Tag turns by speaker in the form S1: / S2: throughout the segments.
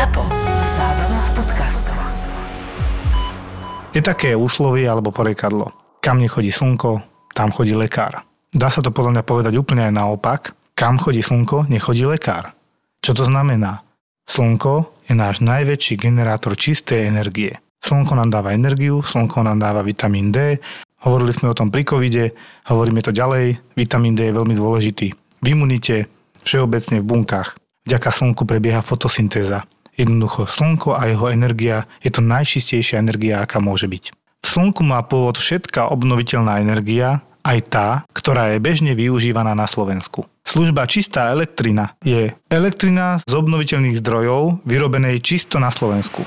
S1: ZAPO. Zábrná v podcastov.
S2: Je také úslovie alebo porekadlo. Kam nechodí slnko, tam chodí lekár. Dá sa to podľa mňa povedať úplne aj naopak. Kam chodí slnko, nechodí lekár. Čo to znamená? Slnko je náš najväčší generátor čistej energie. Slnko nám dáva energiu, slnko nám dáva vitamín D. Hovorili sme o tom pri covide, hovoríme to ďalej. Vitamín D je veľmi dôležitý v imunite, všeobecne v bunkách. Vďaka slnku prebieha fotosyntéza. Jednoducho slnko a jeho energia je to najčistejšia energia, aká môže byť. V slnku má pôvod všetká obnoviteľná energia, aj tá, ktorá je bežne využívaná na Slovensku. Služba Čistá elektrina je elektrina z obnoviteľných zdrojov vyrobenej čisto na Slovensku.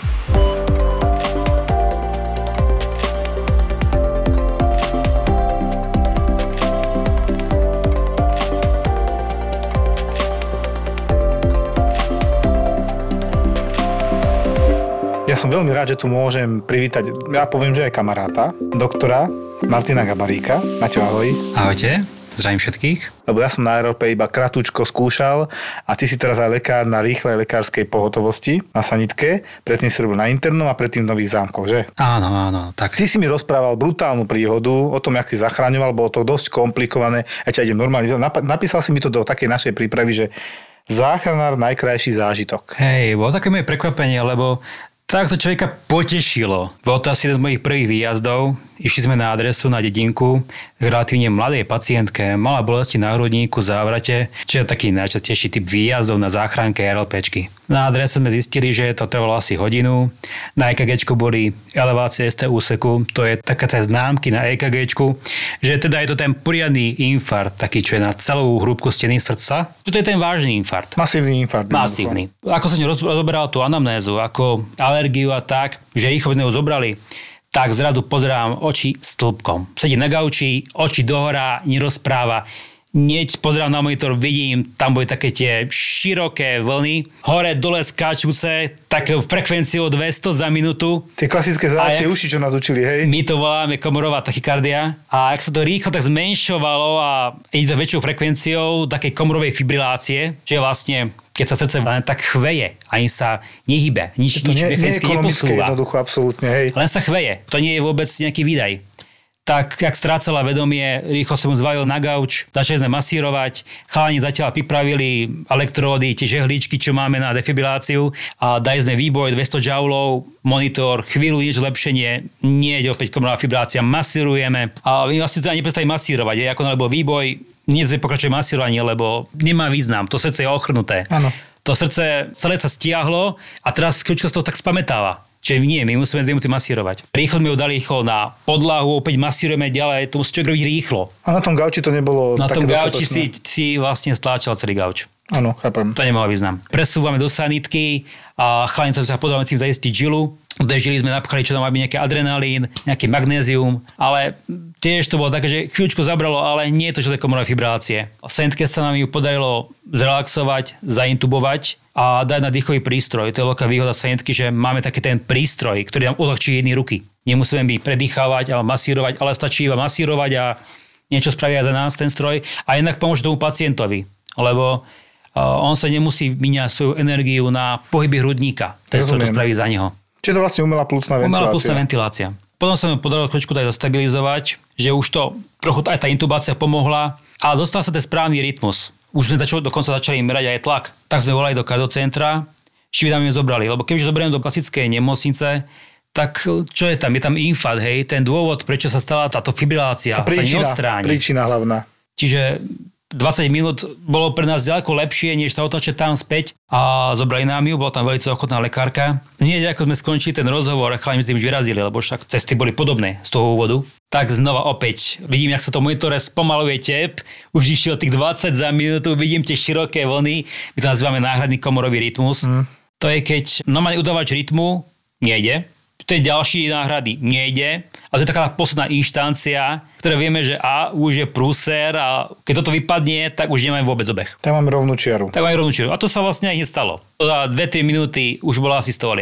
S2: Ja som veľmi rád, že tu môžem privítať, ja poviem, že aj kamaráta, doktora Martina Gabaríka. Maťo, ahoj.
S3: Ahojte, zdravím všetkých.
S2: Lebo ja som na Európe iba kratučko skúšal a ty si teraz aj lekár na rýchlej lekárskej pohotovosti na sanitke. Predtým si robil na internom a predtým v Nových Zámkoch, že?
S3: Áno, tak.
S2: Ty si mi rozprával brutálnu príhodu o tom, jak si zachraňoval, bolo to dosť komplikované. Ja ťa idem normálne. Napísal si mi to do takej našej prípravy, že záchranár najkrajší zážitok.
S3: Hej, bolo také moje prekvapenie, lebo tak to človeka potešilo. Bol to asi jeden z mojich prvých výjazdov. Išli sme na adresu, na dedinku, relatívne mladej pacientke, mala bolesti na hrudníku, závrate, čo je taký najčastejší typ výjazdov na záchranke RLPčky. Na adrese sme zistili, že to trvalo asi hodinu. Na EKGčku boli elevácie ST úseku, to je také tie známky na EKGčku, že teda je to ten poriadny infarkt, taký, čo je na celú hrúbku steny srdca. To je ten vážny infarkt.
S2: Masívny infarkt.
S3: Masívny. Ako som rozoberal tú anamnézu, ako alergiu a tak, že rýchlo ho zobrali, tak zrazu pozerám oči stĺpkom. Sedím na gauči, oči dohora, nerozpráva. Hneď pozerám na monitor, vidím, tam boli také tie široké vlny, hore, dole skáčúce, také frekvenciou 200 za minútu.
S2: Tie klasické závačie uši, čo nás učili, hej?
S3: My to voláme komorová tachykardia. A ak sa to rýchlo tak zmenšovalo a ide to väčšou frekvenciou takej komorovej fibrilácie, že vlastne keď sa srdce len tak chveje, ani sa nehybe, nič mechanicky neposúva.
S2: Jednoducho, absolútne, hej.
S3: Len sa chveje, to nie je vôbec nejaký výdaj. Tak, jak strácala vedomie, rýchlo som mu zvalil na gauč, začali sme masírovať, chalani zatiaľ pripravili elektródy, tie žehličky, čo máme na defibriláciu a dali sme výboj 200 joulov, monitor, chvíľu niečo zlepšenie, nie je opäť komorová fibrilácia, masírujeme a my vlastne teda neprestali masírovať, ako bol výboj, nie pokračuje masírovanie, lebo nemá význam, to srdce je ochrnuté.
S2: Áno.
S3: To srdce celé sa stiahlo a teraz kľúčka z toho tak spamätáva. Čiže nie, my musíme 2 minúty masírovať. Rýchlo mi ho dali na podlahu, opäť masírujeme ďalej, to musí človek robiť rýchlo.
S2: A na tom gauči to nebolo
S3: na
S2: také
S3: tom gauči si vlastne stláčal celý gauč.
S2: Áno, chápem.
S3: To nemalo význam. Presúvame do sanitky a chalani sa podávame si zajistiť žilu. Do tej žily sme napchali, čo tam má byť nejaký adrenalín, nejaký magnézium, ale tiež to bolo také, že chvíľučko zabralo, ale nie je to, že to je komorové fibrilácie. Sanitke sa nám ju podarilo zrelaxovať, zaintubovať a dať na dýchový prístroj. To je veľká výhoda sanitky, že máme taký ten prístroj, ktorý nám uľahčí jedny ruky. Nemusíme byť predýchávať alebo masírovať, ale stačí iba masírovať a niečo spraví za nás ten stroj a jednak pomôže tomu pacientovi, lebo on sa nemusí míňať svoju energiu na pohyby hrudníka. Ten stroj to spraví za neho.
S2: Čiže to vlastne umelá plusná ventilácia.
S3: Umelá plusná ventilácia. Potom sa mi podarilo trošku tak zastabilizovať, že už to trochu aj tá intubácia pomohla, ale dostal sa ten správny rytmus. Už sme dokonca začali merať aj tlak. Tak sme volali do kardiocentra, šivy ju zobrali, lebo keďže zoberiem do klasickej nemocnice, tak čo je tam? Je tam infarkt, hej, ten dôvod, prečo sa stala táto fibrilácia, sa neodstráni.
S2: Príčina hlavná.
S3: Čiže 20 minút bolo pre nás ďaleko lepšie, než sa otočiť tam späť a zobrali nám ju, bola tam veľmi ochotná lekárka. Nie, ako sme skončili ten rozhovor a chalani s tým už vyrazili, lebo však cesty boli podobné z toho úvodu. Tak znova opäť vidím, jak sa to monitore spomaluje tep, už išiel tých 20 za minútu, vidím tie široké vlny, my to nazývame náhradný komorový rytmus. To je keď normálny udávač rytmu nejde, ten ďalší náhrady nejde. A to je taká posledná inštancia, ktoré vieme, že už je prúser a keď toto vypadne, tak už nemáme vôbec obeh.
S2: Tak máme rovnú čiaru.
S3: A to sa vlastne aj nestalo. Za 2-3 minúty už bola asystólia.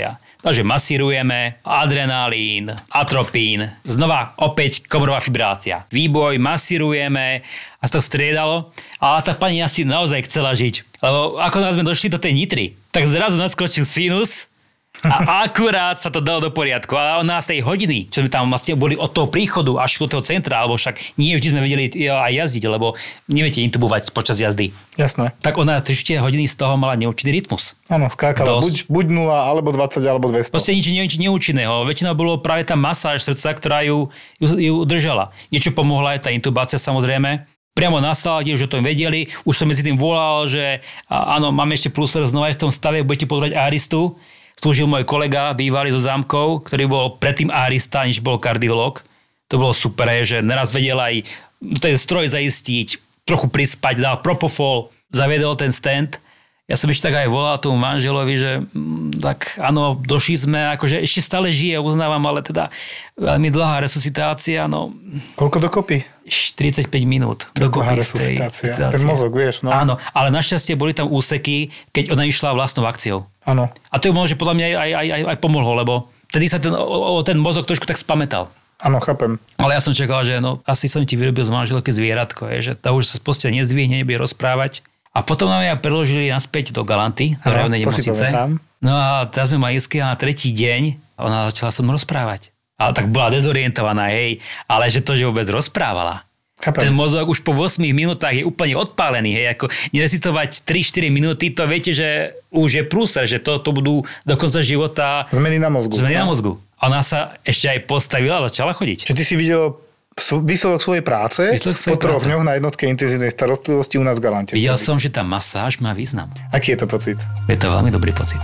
S3: Takže masírujeme, adrenalín, atropín, znova opäť komorová fibrácia. Výboj, masírujeme a to striedalo. A tá pani asi naozaj chcela žiť. Lebo ako nás sme došli do tej Nitry, tak zrazu naskočil sinus a akurát sa to dalo do poriadku. A ona z tej hodiny, čo sme tam vlastne boli od toho príchodu až do toho centra, alebo však nie vždy sme vedeli aj jazdiť, lebo neviete intubovať počas jazdy.
S2: Jasné.
S3: Tak ona 3-4 hodiny z toho mala neurčitý rytmus.
S2: Áno, skákala buď 0, alebo 20, alebo 200.
S3: Proste nič neúčinného. Väčšinou bolo práve tá masáž srdca, ktorá ju držala. Niečo pomohla aj tá intubácia samozrejme. Priamo na sáde, už o tom vedeli. Už som medzi tým volal, že áno, máme ešte plusor znova v tom stave, budete podať aristu. Slúžil môj kolega, bývalý zo Zámkov, ktorý bol predtým arista, než bol kardiológ. To bolo super, že naraz vedel aj ten stroj zaistiť, trochu prispať, dal propofol, zaviedol ten stent. Ja som ešte tak aj volal tomu manželovi, že tak áno, došli sme, akože ešte stále žije, uznávam, ale teda veľmi dlhá resuscitácia, no.
S2: Koľko dokopy?
S3: 45 minút. Dokopy
S2: resuscitácia. Ten mozog, vieš, no.
S3: Áno, ale našťastie boli tam úseky, keď ona išla vlastnou akciou.
S2: Áno.
S3: A to je možno, že podľa mňa aj pomohlo, lebo vtedy sa ten mozog trošku tak spamätal.
S2: Áno, chápem.
S3: Ale ja som čakal, že no, asi som ti vyrobil z manželky zvieratko, že tá už sa z postele nezdvihne, nebude rozprávať. A potom nám ja preložili naspäť do Galanty, do rajovnej nemocnice. No a teraz sme majisky a na tretí deň ona začala so mnou rozprávať. Ale tak bola dezorientovaná, hej, ale že to, že vôbec rozprávala. Chápem. Ten mozog už po 8 minútach je úplne odpálený, hej, ako nerecitovať 3-4 minúty, to viete, že už je prúser, že to budú do konca života
S2: zmeny na mozgu.
S3: Na mozgu. A ona sa ešte aj postavila a začala chodiť.
S2: Čo ty si videl výsledok svojej práce po 3 dňoch na jednotke intenzívnej starostlivosti u nás v Galante.
S3: Videl som, že tá masáž má význam.
S2: Aký je to pocit?
S3: Je to veľmi dobrý pocit.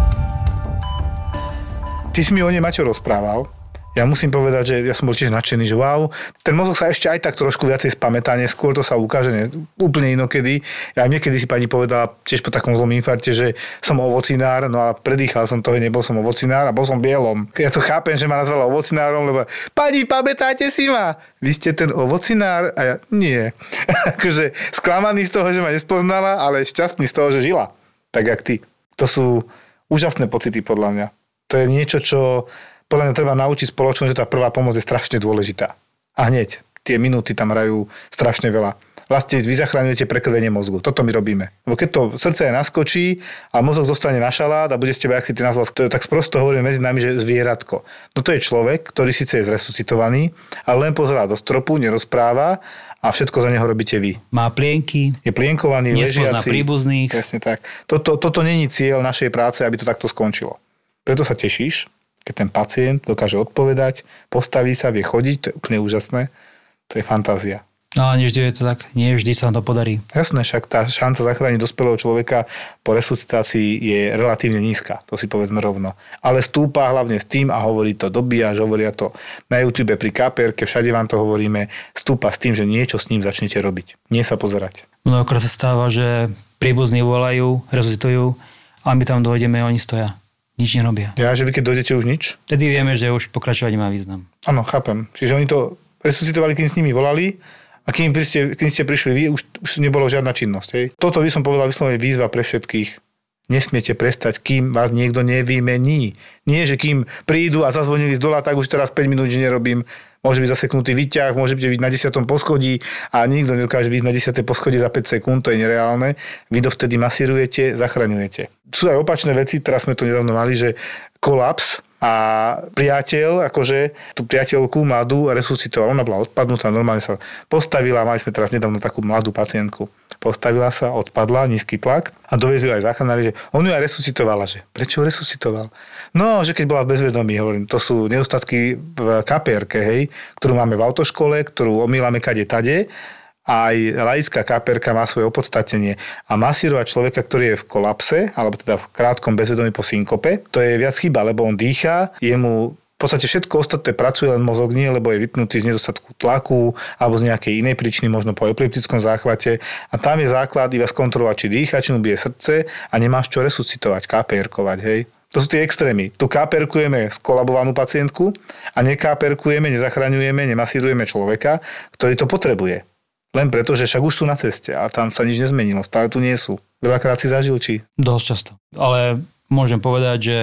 S2: Ty si mi o nej, Maťo, rozprával. Ja musím povedať, že ja som bol tiež nadšený, že wow, ten mozog sa ešte aj tak trošku viacej spamätá, neskôr to sa ukáže úplne inokedy. Ja niekedy si pani povedala, tiež po takom zlom infarte, že som ovocinár, no a predýchal som toho, nebol som ovocinár a bol som bielom. Ja to chápem, že ma nazvala ovocinárom, lebo pani, pamätáte si ma? Vy ste ten ovocinár? A ja, nie. Akože sklamaný z toho, že ma nespoznala, ale šťastný z toho, že žila. Tak jak ty. To sú úžasné pocity podľa mňa. To je niečo, čo podľa mňa treba naučiť spoločnosť, že tá prvá pomoc je strašne dôležitá. A hneď tie minúty tam hrajú strašne veľa. Vlastne vy zachraňujete prekrvenie mozgu. Toto my robíme. Lebo keď to srdce naskočí a mozog zostane na šalát a bude z teba, ak si ty nazval, tak sprosto hovoríme medzi nami, že zvieratko. No to je človek, ktorý síce je zresuscitovaný, ale len pozerá do stropu, nerozpráva a všetko za neho robíte vy.
S3: Má plienky.
S2: Je plienkovaný,
S3: nespozná
S2: ležiaci.
S3: Príbuzných.
S2: Presne tak. Toto není cieľ našej práce, aby to takto skončilo. Preto sa tešíš, keď ten pacient dokáže odpovedať, postaví sa, vie chodiť, to je úplne úžasné. To je fantázia.
S3: No ale nevždy je to tak, nie vždy sa nám to podarí.
S2: Jasné, však tá šanca zachrániť dospelého človeka po resuscitácii je relatívne nízka, to si povedzme rovno. Ale stúpa hlavne s tým a hovorí to dobíjaš, hovoria to na YouTube pri KPR-ke, všade vám to hovoríme, stúpa s tým, že niečo s ním začnete robiť. Nie sa pozerať.
S3: Mnohokrát sa stáva, že príbuzní volajú, resuscitujú a my tam dojdeme a oni stoja. Nič nerobia.
S2: Ja, že vy keď dojdete už nič?
S3: Vtedy vieme, že už pokračovať má význam.
S2: Áno, chápem. Čiže oni to resuscitovali, kým s nimi volali a kým ste prišli vy, už nebolo žiadna činnosť. Hej. Toto by som povedal vyslovene výzva pre všetkých. Nesmiete prestať, kým vás niekto nevymení. Nie, že kým prídu a zazvonili z dola, tak už teraz 5 minút nerobím. Môže byť zaseknutý výťah, môže byť na 10. poschodí a nikto nedokáže byť na 10. poschodí za 5 sekúnd, to je nereálne. Vy dovtedy masírujete, zachraňujete. Sú aj opačné veci, teraz sme to nedávno mali, že kolaps a priateľ, akože tú priateľku mladú resuscitoval. Ona bola odpadnutá, normálne sa postavila, mali sme teraz nedávno takú mladú pacientku. Postavila sa, odpadla, nízky tlak a dovezli aj záchranári, že on ju aj resuscitovala, že prečo ju resuscitoval? No, že keď bola v bezvedomí, hovorím, to sú nedostatky v KPR-ke, hej, ktorú máme v autoškole, ktorú omýlame kade tade. Aj laická KPR-ka má svoje opodstatnenie. A masírovať človeka, ktorý je v kolapse, alebo teda v krátkom bezvedomí po synkope, to je viac chyba, lebo on dýcha, jemu v podstate všetko ostatné pracuje, len mozog nie, lebo je vypnutý z nedostatku tlaku alebo z nejakej inej príčiny, možno po epileptickom záchvate. A tam je základ iba skontrolovať, či dýcha, či mu bije srdce a nemáš čo resuscitovať, KPR-kovať, hej. To sú tie extrémy. Tu KPR-kujeme skolabovanú pacientku a neKPR-kujeme, nezachraňujeme, nemasírujeme človeka, ktorý to potrebuje. Len preto, že však už sú na ceste a tam sa nič nezmenilo. Stále tu nie sú. Veľakrát si zažil, či?
S3: Dosť často. Ale môžem povedať, že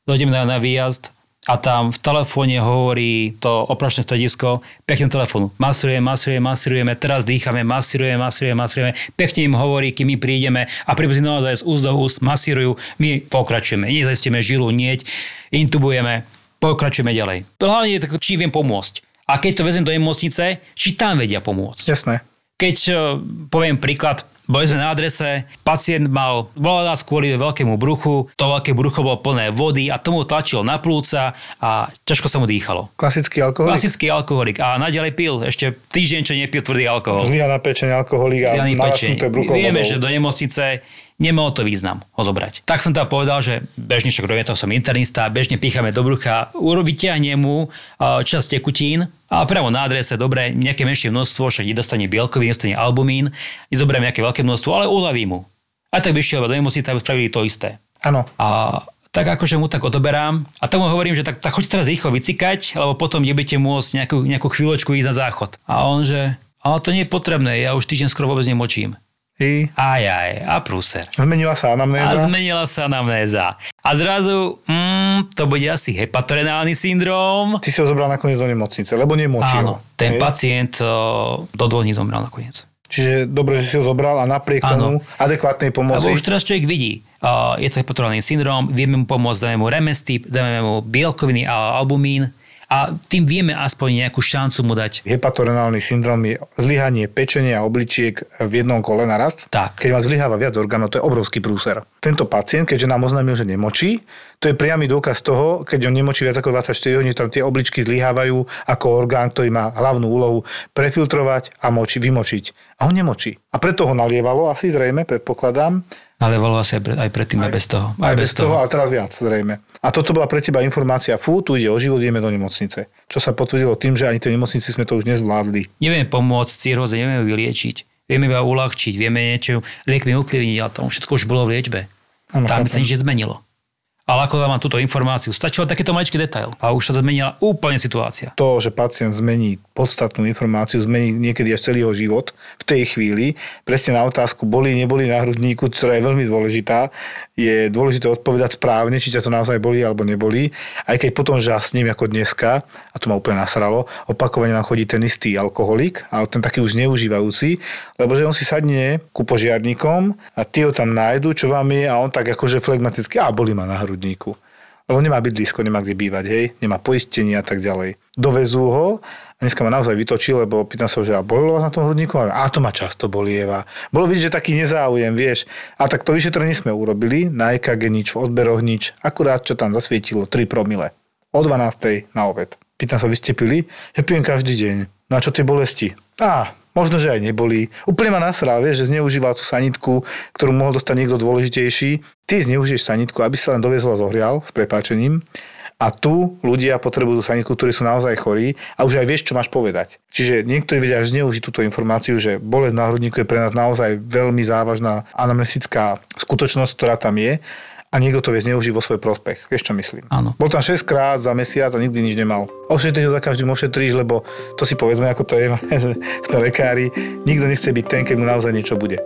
S3: dojdeme na výjazd a tam v telefóne hovorí to operačné stredisko, pekne telefónu. Masírujeme, teraz dýchame, masírujeme. Pekne im hovorí, kým my prídeme a príbuzní naozaj z úst do úst masírujú, my pokračujeme. Nezajistíme žilu, nieť, intubujeme, pokračujeme ďalej. Hlavne je tak, či viem pomôcť. A keď to vezmem do nemocnice, či tam vedia pomôcť.
S2: Jasné.
S3: Keď poviem príklad, boli sme na adrese, pacient volal nás kvôli veľkému bruchu, to veľké brucho bolo plné vody a tomu tlačilo na plúca a ťažko sa mu dýchalo.
S2: Klasický alkoholik.
S3: A naďalej pil, ešte týždeň, čo nepil tvrdý alkohol.
S2: Zlyhaná pečeň, alkoholik a narašnuté brucho.
S3: Vieme, že do nemocnice nemalo to význam ho zobrať. Tak som tam povedal, že bežne však robím to, som internista, bežne picháme do brucha, vyťahnem mu časť tekutín a priamo na adrese, dobre, nejaké menšie množstvo, však nedostane bielkový, nedostane albumín, nezoberiem nejaké veľké množstvo, ale uľavím mu. A tak by šiel do nemocnice, aby spravili to isté.
S2: Áno.
S3: A tak akože mu tak odoberám a tomu hovorím, že tak choď teraz rýchlo vycikať, lebo potom nebudete môcť nejakú chvíľočku ísť na záchod. A on, že ale to nie je potrebné, ja už týždeň skoro vôbec nemočím. A prúser.
S2: Zmenila sa
S3: anamnéza. A zrazu, to bude asi hepatorenálny syndróm.
S2: Ty si ho zobral nakoniec do nemocnice, lebo nemočil.
S3: Áno, ten pacient do 2 dní zomrel nakoniec.
S2: Čiže dobre, že si ho zobral a napriek tomu adekvátnej pomoci.
S3: Lebo už teraz človek vidí, je to hepatorenálny syndróm, vieme mu pomôcť, dáme mu remestip, dáme mu bielkoviny a albumín. A tým vieme aspoň nejakú šancu mu dať.
S2: Hepatorenálny syndrom je zlyhanie pečenia a obličiek v jednom kole naraz.
S3: Tak.
S2: Keď vám zlyháva viac orgánov, to je obrovský prúser. Tento pacient, keďže nám oznámil, že nemočí, to je priamy dôkaz toho, keď on nemočí viac ako 24 hodín, tam tie obličky zlyhávajú ako orgán, ktorý má hlavnú úlohu prefiltrovať a vymočiť. A on nemočí. A preto ho nalievalo, asi zrejme, predpokladám.
S3: Nalievalo asi aj predtým, aj bez toho.
S2: Aj bez toho, ale teraz viac, zrejme. A toto bola pre teba informácia, tu ide o život, ideme do nemocnice. Čo sa potvrdilo tým, že ani tej nemocnici sme to už nezvládli.
S3: Nevieme pomôcť cirhóze, nevieme ju vyliečiť. Vieme iba uľahčiť, vieme niečo liekmi ovplyvniť, ale tam všetko už bolo v liečbe.
S2: Ano,
S3: tam by sa nič nezmenilo. Ale ako mám túto informáciu, stačilo takéto maličký detail a už sa zmenila úplne situácia.
S2: To, že pacient zmení podstatnú informáciu, zmení niekedy až celý jeho život v tej chvíli, presne na otázku boli, neboli na hrudníku, ktorá je veľmi dôležitá, je dôležité odpovedať správne, či ťa to naozaj boli alebo neboli, aj keď potom žasním ako dneska, a to ma úplne nasralo, opakovane nám chodí ten istý alkoholik, ale ten taký už neužívajúci, lebo že on si sadne ku požiarníkom a tí ho tam nájdu, čo vám je, a on tak akože flegmaticky, boli ma na hrudníku. Lebo nemá bydlisko, nemá kde bývať, hej, nemá poistenie a tak ďalej. Dovezú ho a dneska ma naozaj vytočil, lebo pýtam sa, že bolelo vás na tom hrudníku? A to ma často bolieva. Bolo vidieť, že taký nezáujem, vieš. A tak to vyšetrenie sme urobili, na EKG nič, v odberoch nič, akurát čo tam zasvietilo 3 promile. O 12:00 na obed. Pýtam sa, vy ste pili? Ja pijem každý deň. No a čo tie bolesti? Možno, že aj neboli. Úplne ma nasral, vieš, že zneužíval tú sanitku, ktorú mohol dostať niekto dôležitejší. Ty zneužiješ sanitku, aby sa len doviezol a zohrial, s prepáčením. A tu ľudia potrebujú sanitku, ktorí sú naozaj chorí a už aj vieš, čo máš povedať. Čiže niektorí vedia až zneužiť túto informáciu, že bolesť na hrudníku je pre nás naozaj veľmi závažná anamnestická skutočnosť, ktorá tam je. A niekto to vie zneužiť vo svoj prospech. Vieš, čo myslím?
S3: Áno.
S2: Bol tam 6 krát za mesiac a nikdy nič nemal. Ošetriť ho za každým ošetríš, lebo to si povedzme, ako to je, že sme lekári. Nikto nechce byť ten, keď mu naozaj niečo bude.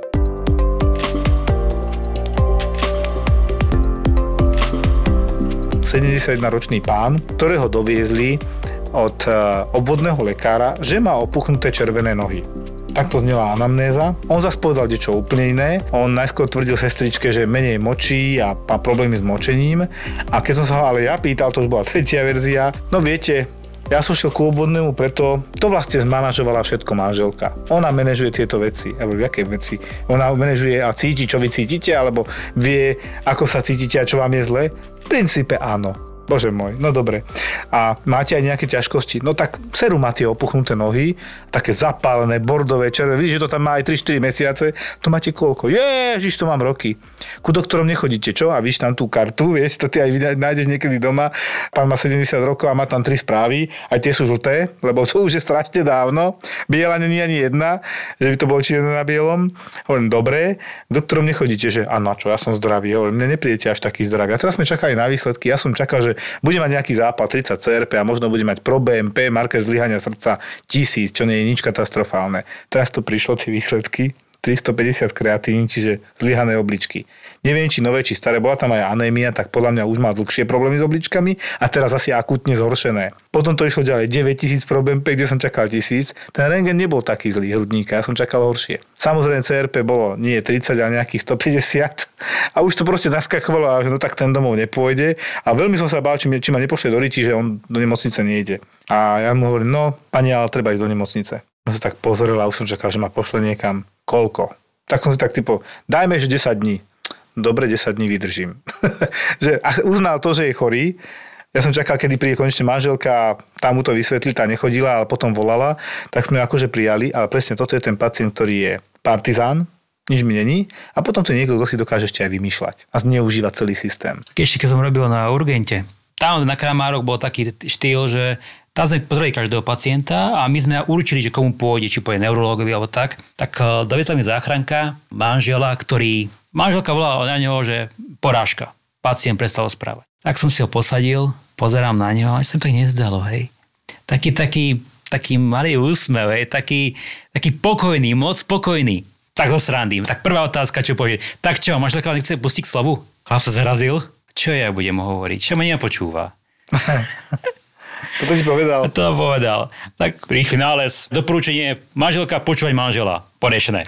S2: ...71-ročný pán, ktorého doviezli od obvodného lekára, že má opuchnuté červené nohy. Takto znela anamnéza. On zase povedal niečo úplne iné. On najskôr tvrdil sestričke, že menej močí a má problémy s močením. A keď som sa ho ale ja pýtal, to už bola tretia verzia. No viete, ja som šiel ku obvodnému, preto to vlastne zmanažovala všetko manželka. Ona manažuje tieto veci. Alebo aké veci? Ona manažuje a cíti, čo vy cítite, alebo vie, ako sa cítite a čo vám je zle? V princípe áno. Bože môj, no dobre. A máte aj nejaké ťažkosti? No tak Seru má tie opuchnuté nohy, také zapálené, bordové, červené. Vidíš, že to tam má aj 3-4 mesiace. To máte koľko? Ježiš, to mám roky. Ku doktorom nechodíte, čo? A víš tam tú kartu, vieš, to ty aj nájdeš niekedy doma. Pán má 70 rokov a má tam 3 správy, aj tie sú žlté, lebo to už je strašne dávno. Biela není ani jedna, že by to bolo čierne na bielom. Hovorím, dobre, k doktorom nechodíte, že áno, čo, ja som zdravý. Hovorím, mne neprídete až taký zdravý. A teraz sme čakali na výsledky. Ja som čakal, že bude mať nejaký zápal 30 CRP a možno bude mať pro-BMP, marker zlyhania srdca 1000, čo nie je nič katastrofálne. Teraz to prišlo, tie výsledky. 350 kreatín, čiže zlyhané obličky. Neviem, či nové, či staré, bola tam aj anémia, tak podľa mňa už má dlhšie problémy s obličkami a teraz asi akútne zhoršené. Potom to išlo ďalej, 9000 problém, kde som čakal 1000. Ten rentgen nebol taký zlý hrudníka, ja som čakal horšie. Samozrejme CRP bolo nie 30, ale nejakých 150 a už to proste naskakovalo a no tak ten domov nepôjde a veľmi som sa bál, či ma nepošle do Riči, že on do nemocnice nejde. A ja mu hovorím, no pani, ale treba ísť do nemocnice. On sa tak pozrel a už som čakal, že ma pošle niekam. Koľko? Tak som si tak typol, dajme, že 10 dní. Dobre, 10 dní vydržím. Že uznal to, že je chorý. Ja som čakal, kedy príde konečne manželka a tá mu to vysvetlí, tá nechodila, ale potom volala. Tak sme akože prijali, ale presne toto je ten pacient, ktorý je partizán, nič mi není. A potom to je niekto, kto si dokáže ešte aj vymýšľať a zneužívať celý systém.
S3: Ešte keď som robil na urgente, tam na Kramárok bol taký štýl, že tam sme pozreli každého pacienta a my sme určili, že komu pôjde, či pôjde neurologovi alebo tak. Tak doviezla mi záchranka manžela, manželka volala na neho, že porážka. Pacient prestal správať. Tak som si ho posadil, pozerám na neho, až sa mi tak nezdalo, hej. Taký malý úsmev, hej, taký pokojný, moc spokojný. Tak ho srandím. Tak prvá otázka, čo povie. Tak čo, manželka nechce pustiť k slovu? Chlap sa zrazil. Čo ja budem hovoriť? Čo ma nepočúva?
S2: To ti povedal.
S3: To povedal. Tak rýchly nález. Doporučenie, manželka počúvať manžela. Poriešené.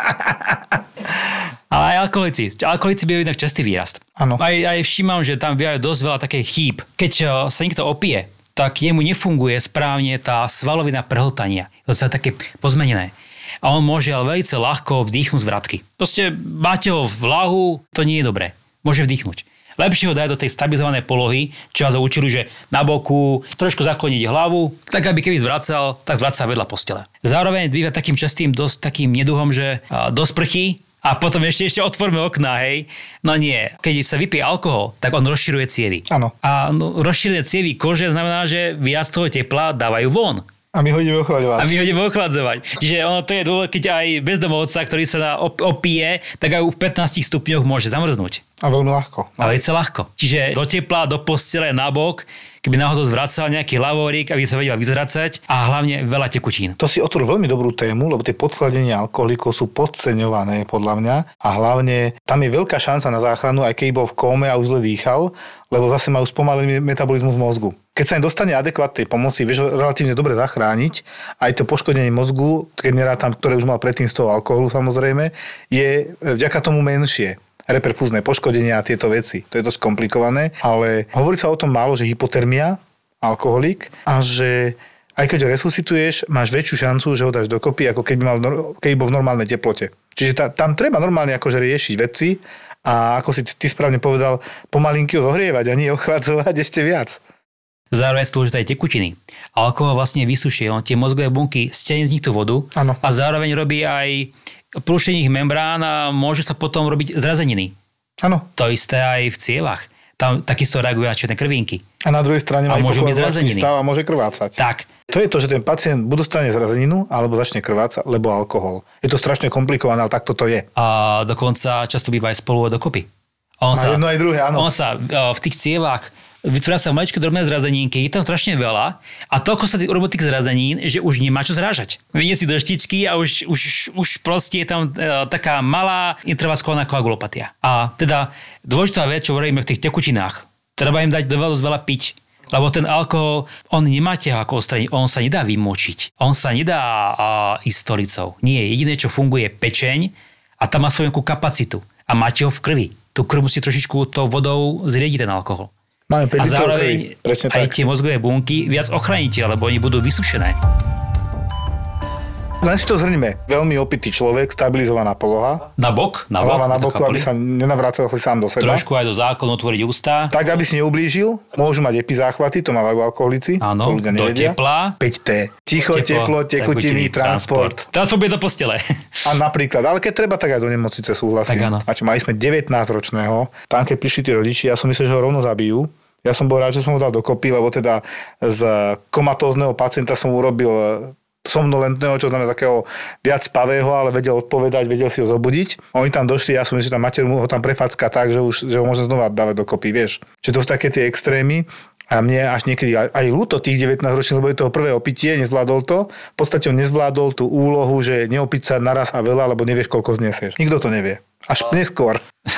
S3: Ale aj alkoholici. Alkoholici bývajú inak častý výrast.
S2: Áno.
S3: Aj všímam, že tam bývajú dosť veľa také chýb. Keď sa niekto opije, tak jemu nefunguje správne tá svalovina prehltania. To je také pozmenené. A on môže ale veľmi ľahko vdýchnuť z vratky. Proste máte ho v lahu, to nie je dobré. Môže vdýchnuť. Lepšie ho dať do tej stabilizovanej polohy, čo vás učili, že na boku, trošku zakloniť hlavu, tak aby keby zvracal, tak zvracal vedľa postele. Zároveň býva takým častým dosť takým neduhom, že do sprchy a potom ešte otvorme okná, hej. No nie, keď sa vypije alkohol, tak on rozširuje cievy.
S2: Áno.
S3: A rozšírenie cievy kože znamená, že viac toho tepla dávajú von.
S2: A my ho ideme
S3: ochladzovať. Čiže ono to je dôvod, keď aj bezdomovca, ktorý sa opije, tak aj v 15 stupňoch môže zamrznúť.
S2: A veľmi ľahko.
S3: A veľmi ľahko. Čiže do tepla, do postele, na bok, keby náhodou zvracal nejaký lavorík, aby sa vedel vyzvracať a hlavne veľa tekutín.
S2: To si otvoril veľmi dobrú tému, lebo tie podchladenia alkoholikov sú podceňované podľa mňa a hlavne tam je veľká šanca na záchranu, aj keď bol v kóme a už zle dýchal, lebo zase majú spomalený metabolizmus mozgu. Keď sa im dostane adekvátnej pomoci, vieš relatívne dobre zachrániť, aj to poškodenie mozgu, keď nerátam, ktoré už mal predtým z toho alkoholu samozrejme, je vďaka tomu menšie. Reperfúzne poškodenia a tieto veci. To je dosť komplikované, ale hovorí sa o tom málo, že hypotermia, alkoholik, a že aj keď ho resuscituješ, máš väčšiu šancu, že ho dáš dokopy, ako keď bol v normálnej teplote. Čiže tam treba normálne akože riešiť veci a ako si ty správne povedal, pomalinky ho zohrievať a nie ochladzovať ešte viac.
S3: Zároveň sú dôležité aj tekutiny. Alkohol vlastne vysušuje, on tie mozgové bunky stene z nich tú vodu.
S2: Ano.
S3: A zároveň robí aj porušenie ich membrán a môžu sa potom robiť zrazeniny.
S2: Áno.
S3: To isté aj v cievach. Tam takisto reagujú na čierne krvinky.
S2: A na druhej strane má hypokondriálny stav a môže krvácať.
S3: Tak.
S2: To je to, že ten pacient buď dostane zrazeninu, alebo začne krvácať, lebo alkohol. Je to strašne komplikované, ale takto to je.
S3: A dokonca často býva aj spolu dokopy.
S2: Jedno aj druhé, áno.
S3: On sa v tých cievách vytvára sa maličké drobné zrazenínky, je tam strašne veľa a toľko sa urobí tých zrazenín, že už nemá čo zrážať. Vynie si do štičky a už proste je tam taká malá intravaskulárna koagulopatia. A teda dôležitá vec, čo hovoríme v tých tekutinách, treba im dať dosť veľa piť. Lebo ten alkohol, on nemáte ho ako odstraniť, on sa nedá vymočiť. On sa nedá ísť stolicou. Nie, jediné, čo funguje, je pečeň a tam má svoju kapacitu. A máte ho v krvi. Tú krv musí trošičku tou vodou zriediť ten alkohol.
S2: Máme 5
S3: a zároveň aj tie mozgové bunky viac ochránite, lebo oni budú vysušené.
S2: Len si to zhrnime. Veľmi opitý človek, stabilizovaná poloha.
S3: Na bok,
S2: hlava na boku, aby sa nenavracal sám do seba.
S3: Trošku aj do zákonu otvoriť ústa.
S2: Tak, aby si neublížil. Môžu mať epizáchvaty, to mávajú alkoholici.
S3: Áno, do tepla.
S2: 5T. Ticho, teplo, tekutiny, transport.
S3: Transport bude do postele.
S2: A napríklad, ale keď treba, tak aj do nemocnice súhlasím.
S3: Tak áno.
S2: Mali sme 19-ročného, tam keď prišli tí rodiči, ja som myslel, že ho rovno zabijú. Ja som bol rád, že som ho dal dokopy, lebo teda z komatózneho pacienta som urobil somnolentného, čo znamená takého viac spavého, ale vedel odpovedať, vedel si ho zobudiť. Oni tam došli, ja som myslel, že tá mater mu ho tam prefacká tak, že ho môže znova dávať dokopy, vieš. Čiže to sú také tie extrémy A mne až niekedy aj ľúto tých 19 ročných, lebo je toho prvé opitie, nezvládol to. V podstate on nezvládol tú úlohu, že neopiť sa naraz a veľa, lebo nevieš, koľko znesieš. Nikto to nevie. Až neskôr.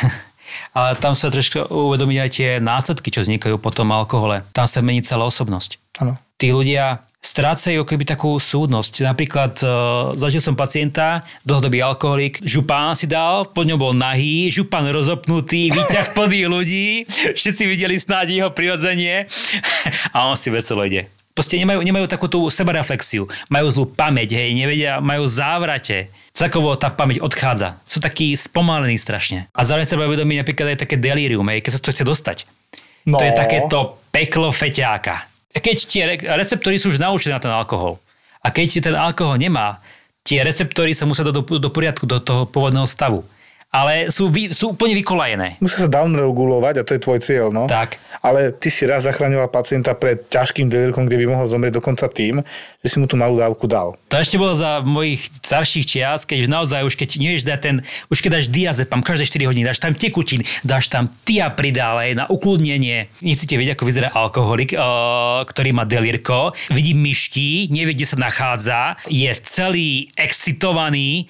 S3: Ale tam sa trošku uvedomiť aj tie následky, čo vznikajú po tom alkohole. Tam sa mení celá osobnosť.
S2: Áno.
S3: Tí ľudia strácajú keby takú súdnosť. Napríklad zažil som pacienta, dlhodobý alkoholik, župán si dal, pod ňou bol nahý, župán rozopnutý, výťah plný ľudí, všetci videli snáď jeho prirodzenie a on si veselo ide. Proste nemajú takú tú sebareflexiu, majú zlú pamäť, hej, nevedia, majú závrate. Celkovo tá pamäť odchádza. Sú takí spomalení strašne. A zároveň sa treba uvedomiť napríklad aj také delírium, hej, keď sa to chce dostať.
S2: No.
S3: To je takéto peklo feťáka. Keď tie receptory sú už naučené na ten alkohol a keď ten alkohol nemá, tie receptory sa musia do poriadku, do toho pôvodného stavu. Ale sú úplne vykolajené.
S2: Musia sa downregulovať a to je tvoj cieľ, no.
S3: Tak.
S2: Ale ty si raz zachraňoval pacienta pred ťažkým delírkom, kde by mohol zomrieť dokonca tým, že si mu tú malú dávku dal.
S3: To ešte bolo za mojich starších čias, keď naozaj už keď nevieš dať už keď dáš diazepam každé 4 hodiny, dáš tam tekutín, dáš tam tiapridál na ukludnenie. Nechcete vedieť, ako vyzerá alkoholik, ktorý má delírko, vidí myšky, nevie, kde sa nachádza, je celý excitovaný,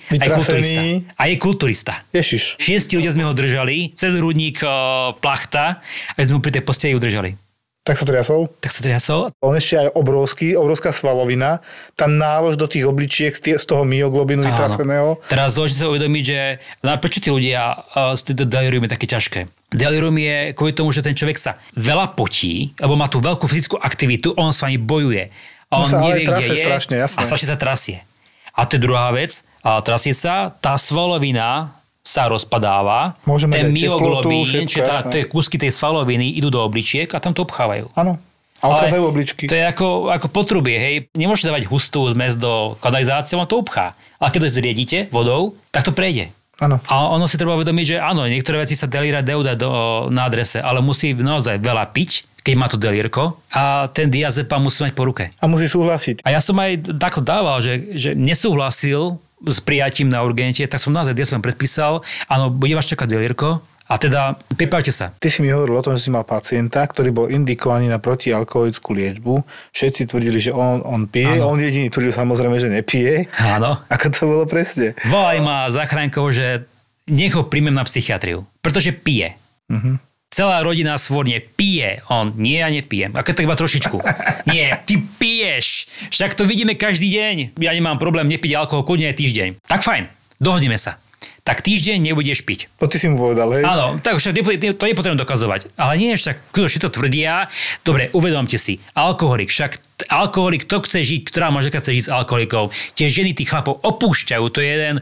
S3: a je kulturista.
S2: Ježiš.
S3: 6 ľudia sme ho držali, cez hrudník plachta a sme ho pri tej posteli udržali.
S2: Tak sa triasol? On ešte aj obrovská svalovina, tá nálož do tých obličiek z toho myoglobinu vytraseného.
S3: Teraz dôležité sa uvedomiť, že prečo tí ľudia delirium je také ťažké. Delirium je kvôli tomu, že ten človek sa veľa potí, alebo má tú veľkú fyzickú aktivitu, on s vami bojuje. A on nevie, kde je
S2: strašne,
S3: a strašne sa trasie. A to je druhá vec, trasie sa, tá svalovina sa rozpadáva, ten myoglobín, čiže tie kúsky tej svaloviny idú do obličiek a tam to obchávajú.
S2: Áno. A odchádzajú obličky.
S3: To je ako potrubie, hej. Nemôžete dávať hustú zmes do kanalizácie, on to obchá. Ale keď to zriedite vodou, tak to prejde.
S2: Áno.
S3: A ono si treba uvedomiť, že áno, niektoré veci sa delíra dať na adrese, ale musí naozaj veľa piť, keď má to delírko a ten diazepam musí mať po ruke.
S2: A musí súhlasiť.
S3: A ja som aj takto dával, že nesúhlasil s prijatím na urgente, tak som naozaj diazepam predpísal, áno, bude vás čakať delírko a teda pripravte sa.
S2: Ty si mi hovoril o tom, že si mal pacienta, ktorý bol indikovaný na protialkoholickú liečbu. Všetci tvrdili, že on pije, áno. On jediný tvrdil samozrejme, že nepije.
S3: Áno.
S2: Ako to bolo presne?
S3: Volaj ma záchrankov, že nech ho príjmem na psychiatriu, pretože pije. Mhm. Celá rodina svorne pije. On, nie, ja nepijem. Ako tak iba trošičku. Nie, ty piješ. Však to vidíme každý deň. Ja nemám problém nepiť alkohol, kľudne aj týždeň. Tak fajn, dohodneme sa. Tak týždeň nebudeš piť.
S2: To ty si mu povedal, hej?
S3: Áno, tak však to je potrebné dokazovať. Ale nie však, kto to tvrdia. Dobre, uvedomte si. Alkoholik, však alkoholik, kto chce žiť, ktorá manželka chce žiť s alkoholikou. Tie ženy tých chlapov opúšťajú. To je jeden...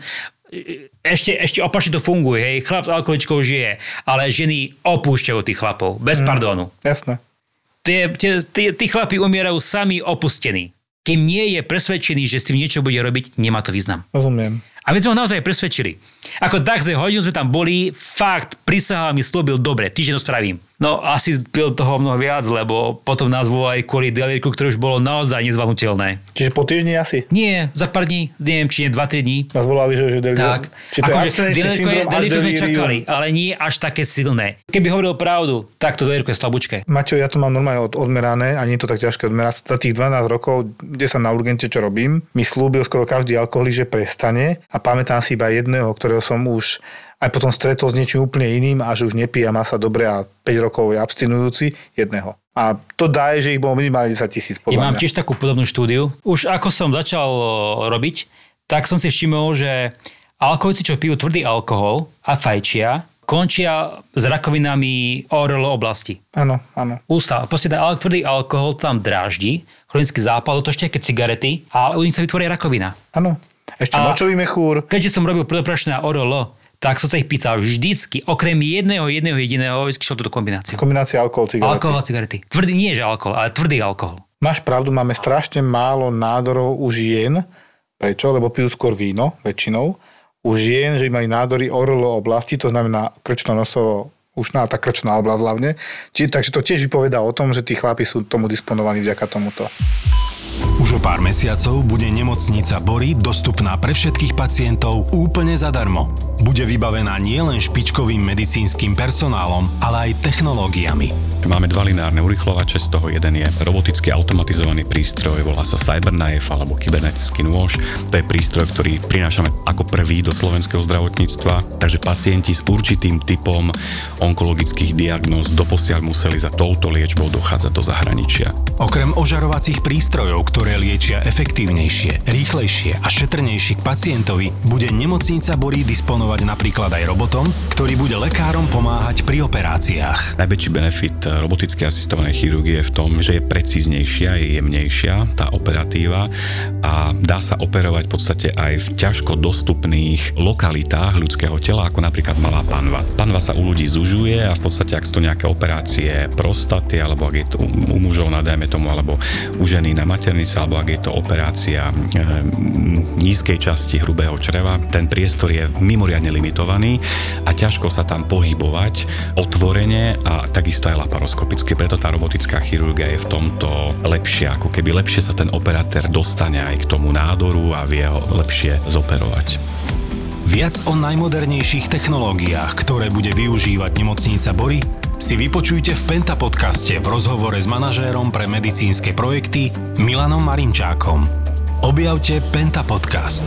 S3: Ešte opačne to funguje, hej, chlap s alkoholičkou žije, ale ženy opúšťajú tých chlapov, bez pardónu.
S2: Jasné.
S3: Tí chlapi umierajú sami opustení. Kým nie je presvedčený, že s tým niečo bude robiť, nemá to význam.
S2: Rozumiem.
S3: A my sme ho naozaj presvedčili. Ako tak hodinu sme tam boli, fakt, prisahal mi, slúbil, dobre, týždeň to spravím. No asi pil toho mnoho viac, lebo potom nás volali kvôli delírku, ktoré už bolo naozaj nezvládnutelné.
S2: Čiže po týždni asi?
S3: Nie, za pár dní, neviem, či nie 2-3 dní.
S2: Nás volali, že delírku.
S3: Tak, akože delírku sme čakali, ale nie až také silné. Keby hovoril pravdu, tak to delírku je slabúčke.
S2: Maťo, ja to mám normálne odmerané a nie je to tak ťažké odmerať. Za tých 12 rokov, kde sa na urgente čo robím, mi slúbil skoro každý alkoholik, že prestane. A pamätám si iba jedného, ktorého som už aj potom stretol s niečím úplne iným a že už nepije a má sa dobre a 5 rokov je abstinujúci, jedného. A to dá, že ich bolo minimálne 10 000 podľa mňa.
S3: Ja mám tiež takú podobnú štúdiu. Už ako som začal robiť, tak som si všimol, že alkoholici, čo pijú tvrdý alkohol a fajčia, končia s rakovinami ORL oblasti.
S2: Áno, áno.
S3: Ústa. Proste ten tvrdý alkohol tam dráždi, chronický zápal, to ešte keď cigarety a u nich sa vytvorí rakovina.
S2: Áno. Ešte močový mechúr.
S3: Keďže som robil predopračné na ORL, tak som sa ich pýtal vždycky, okrem jedného jediného, vždycky šlo túto kombináciu.
S2: Kombinácia alkohol, cigarety.
S3: Alkohol a cigarety. Tvrdý, nie že alkohol, ale tvrdý alkohol.
S2: Máš pravdu, máme strašne málo nádorov u žien. Prečo? Lebo pijú skôr víno, väčšinou. U žien, že majú nádory ORL oblasti, to znamená krčno-nosovo ušná, tá krčná oblasť hlavne. Takže to tiež vypovedá o tom, že tí chlapi sú tomu disponovaní vďaka tomuto.
S4: Už o pár mesiacov bude nemocnica Bory dostupná pre všetkých pacientov úplne zadarmo. Bude vybavená nielen špičkovým medicínskym personálom, ale aj technológiami.
S5: Máme 2 lineárne urýchlovače, z toho jeden je roboticky automatizovaný prístroj, volá sa CyberKnife alebo kybernetický nôž. To je prístroj, ktorý prinášame ako prvý do slovenského zdravotníctva, takže pacienti s určitým typom onkologických diagnóz doposiaľ museli za touto liečbou dochádzať do zahraničia.
S4: Okrem ožarovacích prístrojov, ktoré liečia efektívnejšie, rýchlejšie a šetrnejšie k pacientovi, bude nemocnica Borí disponovať napríklad aj robotom, ktorý bude lekárom pomáhať pri operáciách.
S5: Najväčší benefit roboticky asistovanej chirurgie je v tom, že je precíznejšia, je jemnejšia tá operatíva a dá sa operovať v podstate aj v ťažko dostupných lokalitách ľudského tela, ako napríklad malá panva. Panva sa u ľudí zužuje a v podstate, ak sú to nejaké operácie prostaty, alebo ak je to u mužov, dajme tomu, alebo u ženy na maternici, alebo ak je to operácia nízkej časti hrubého čreva, ten priestor je mimoriadne limitovaný a ťažko sa tam pohybovať otvorene a takisto aj laparoskopicky. Preto tá robotická chirurgia je v tomto lepšia, ako keby lepšie sa ten operatér dostane aj k tomu nádoru a vie ho lepšie zoperovať.
S4: Viac o najmodernejších technológiách, ktoré bude využívať nemocnica Bory, si vypočujte v Penta podcaste v rozhovore s manažérom pre medicínske projekty Milanom Marinčákom. Objavte Penta podcast.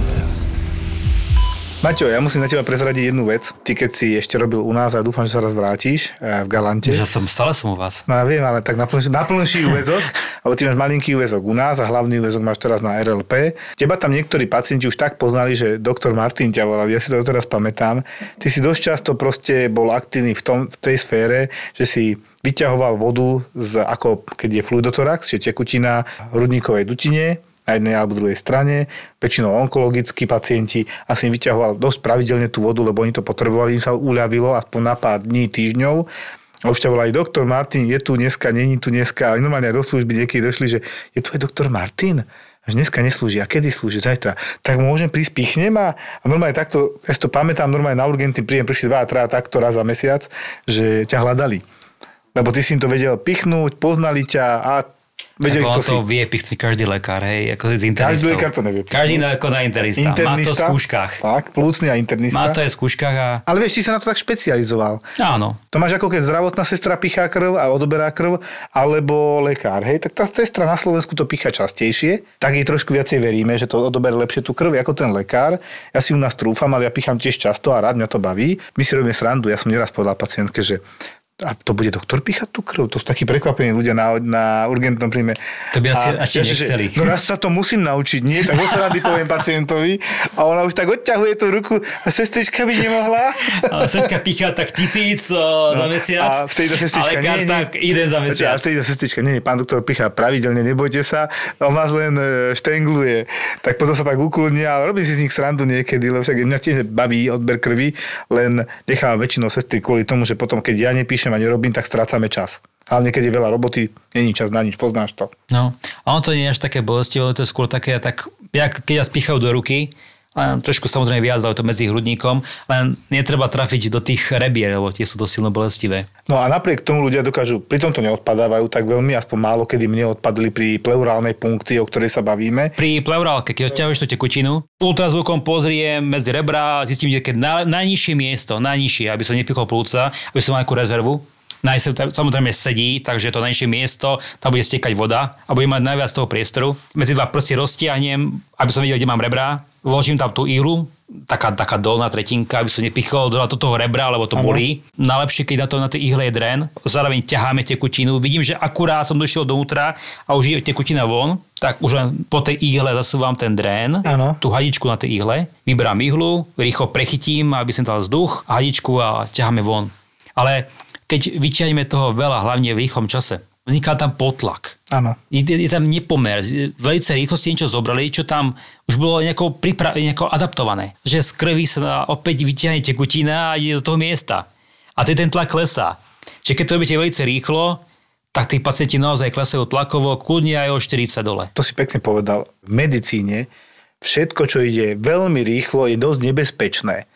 S2: Maťo, ja musím na teba prezradiť jednu vec. Ty, keď si ešte robil u nás a dúfam, že sa raz vrátiš v Galante.
S3: Že stále som u vás.
S2: No ja viem, ale tak naplnší úväzok, alebo ty máš malinký úväzok u nás a hlavný úväzok máš teraz na RLP. Teba tam niektorí pacienti už tak poznali, že doktor Martin ťa volal, ja si to teraz pamätám. Ty si dosť často proste bol aktívny v tej sfére, že si vyťahoval vodu ako keď je fluidotorax, čiže tekutina v hrudníkovej dutine, na jednej alebo druhej strane, väčšinou onkologickí pacienti a si im vyťahoval dosť pravidelne tú vodu, lebo oni to potrebovali, im sa uľavilo aspoň na pár dní, týždňov. A už ťa volali, doktor Martin, je tu dneska, není tu dneska, ale normálne aj do služby niekedy došli, že je tu aj doktor Martin? Až dneska neslúži, a kedy slúži? Zajtra. Tak môžem prísť, pichnem a normálne takto, ja si to pamätám, normálne na urgentný príjem prišli 2 a 3 takto raz za mesiac, že ťa hľadali. Lebo ty si im to vedel pichnúť, poznali ťa a vedeli,
S3: on
S2: kto
S3: to vie pichnúť každý lekár, hej, ako z internistov.
S2: Každý lekár to nevie.
S3: Každý ako na internista. Má to v skúškach.
S2: Tak, plúcny a internista.
S3: Má to aj v skúškach a...
S2: Ale vieš, ty sa na to tak špecializoval.
S3: Áno.
S2: To máš ako keď zdravotná sestra pichá krv a odoberá krv, alebo lekár, hej, tak tá sestra na Slovensku to pichá častejšie, tak jej trošku viacej veríme, že to odoberá lepšie tú krv ako ten lekár. Ja si u nás trúfam, ale ja pichám tiež často a rád mňa to baví. My si robíme srandu, ja som neraz povedal pacientke, že a to bude doktor píchať tú krv? To sú takí prekvapení ľudia na urgentnom príjme.
S3: To by asi nechceli.
S2: No raz sa to musím naučiť, nie? Tak sa rady poviem pacientovi a ona už tak odťahuje tú ruku a sestrička by nemohla.
S3: Ale sestrička pícha tak 1000 za mesiac.
S2: A vtedy sestrička
S3: lekár tak jeden za mesiac.
S2: A vtedy sestrička, nie, pán doktor pícha pravidelne, nebojte sa, on vás len štengluje. Tak potom sa tak ukludnia, ale robí si z nich srandu niekedy, lebo však mňa tiež baví odber krvi, len nechávam väčšinou sestry kvôli tomu, že potom, keď ja nepíšem a nerobím, tak strácame čas. Hlavne, keď je veľa roboty, není čas na nič, poznáš to.
S3: No, a on to nie je až také bolestivé, ale to je skôr také, tak, keď vás píchajú do ruky, len trošku samozrejme viac, ale to medzi hrudníkom, len netreba trafiť do tých rebier, lebo tie sú dosť silno bolestivé.
S2: No a napriek tomu ľudia dokážu, pri tomto neodpadávajú tak veľmi, aspoň málo kedy mne odpadli pri pleurálnej punkcii, o ktorej sa bavíme.
S3: Pri pleurálke, keď odťahuješ tú tekutinu, ultrazvukom pozriem medzi rebra, zistím, že keď najnižšie miesto, aby som nepichol plúca, aby som mal nejakú rezervu, samozrejme sedí, takže to najnižšie miesto, tam bude stiekať voda a bude mať najviac toho priestoru. Medzi 2 prsty roztiahnem, aby som videl, kde mám rebra, vložím tam tú ihlu, taká dolná tretinka, aby som nepichol do toho rebra, lebo to bolí. Najlepšie, keď na tej ihle je drén, zároveň ťaháme tekutinu, vidím, že akurát som došiel dovnútra a už je tekutina von, tak už len po tej ihle zasúvam ten drén, tú hadičku na tej ihle, vyberám ihlu, rýchlo prechytím, aby som dal vzduch, hadičku a ťaháme von. Ale keď vyťahneme toho veľa, hlavne v rýchlom čase, vzniká tam potlak.
S2: Áno.
S3: Je tam nepomer. Velice rýchlo ste niečo zobrali, čo tam už bolo nejako adaptované. Že z krvi sa opäť vyťahne tekutina a ide do toho miesta. A ten tlak klesá. Čiže keď to robíte velice rýchlo, tak tí pacienti naozaj klesajú tlakovo, kľudne aj o 40 dole.
S2: To si pekne povedal. V medicíne všetko, čo ide veľmi rýchlo, je dosť nebezpečné.